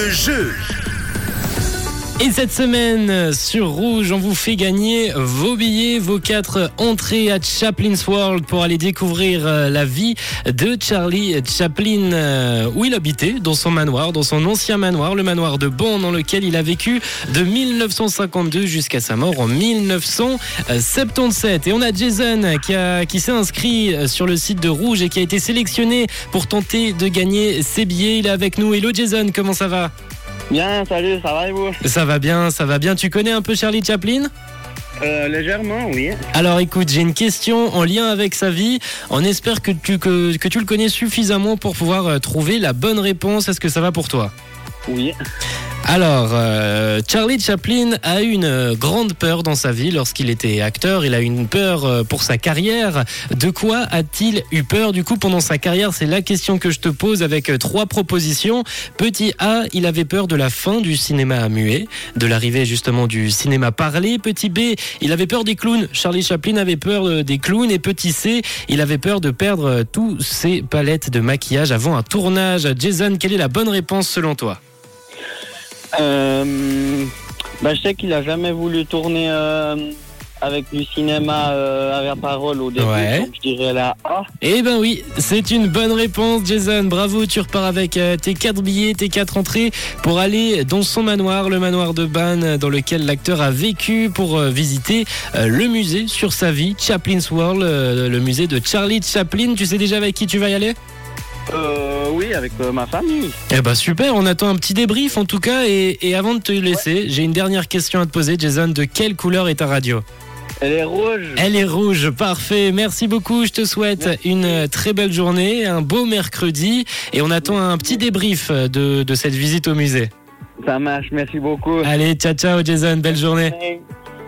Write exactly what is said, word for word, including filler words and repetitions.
le jeu. Et cette semaine, sur Rouge, on vous fait gagner vos billets, vos quatre entrées à Chaplin's World pour aller découvrir la vie de Charlie Chaplin, où il habitait, dans son manoir, dans son ancien manoir, le manoir de Bon, dans lequel il a vécu de dix-neuf cent cinquante-deux jusqu'à sa mort en dix-neuf cent soixante-dix-sept. Et on a Jason qui, a, qui s'est inscrit sur le site de Rouge et qui a été sélectionné pour tenter de gagner ses billets. Il est avec nous. Hello Jason, comment ça va ? Bien, salut, ça va et vous ? Ça va bien, ça va bien. Tu connais un peu Charlie Chaplin ? Euh, légèrement, oui. Alors écoute, j'ai une question en lien avec sa vie. On espère que tu, que, que tu le connais suffisamment pour pouvoir trouver la bonne réponse. Est-ce que ça va pour toi ? Oui. Alors, euh, Charlie Chaplin a eu une grande peur dans sa vie lorsqu'il était acteur. Il a eu une peur pour sa carrière. De quoi a-t-il eu peur du coup pendant sa carrière ? C'est la question que je te pose avec trois propositions. Petit A, il avait peur de la fin du cinéma muet, de l'arrivée justement du cinéma parlé. Petit B, il avait peur des clowns. Charlie Chaplin avait peur des clowns. Et petit C, il avait peur de perdre tous ses palettes de maquillage avant un tournage. Jason, quelle est la bonne réponse selon toi ? Euh, bah, je sais qu'il a jamais voulu tourner euh, avec du cinéma euh, à la parole au début, ouais. Donc je dirais la A. Eh ben oui, c'est une bonne réponse Jason, bravo, tu repars avec euh, tes quatre billets, tes quatre entrées pour aller dans son manoir, le manoir de Bann, dans lequel l'acteur a vécu, pour euh, visiter euh, le musée sur sa vie, Chaplin's World, euh, le musée de Charlie Chaplin. Tu sais déjà avec qui tu vas y aller ? Euh, oui, avec euh, ma famille. Eh ben super, on attend un petit débrief en tout cas. Et, et avant de te laisser, ouais. J'ai une dernière question à te poser, Jason. De quelle couleur est ta radio ? Elle est rouge. Elle est rouge, parfait. Merci beaucoup, je te souhaite Merci. Une très belle journée, un beau mercredi. Et on attend un petit débrief de, de cette visite au musée. Ça marche, merci beaucoup. Allez, ciao ciao Jason, belle journée.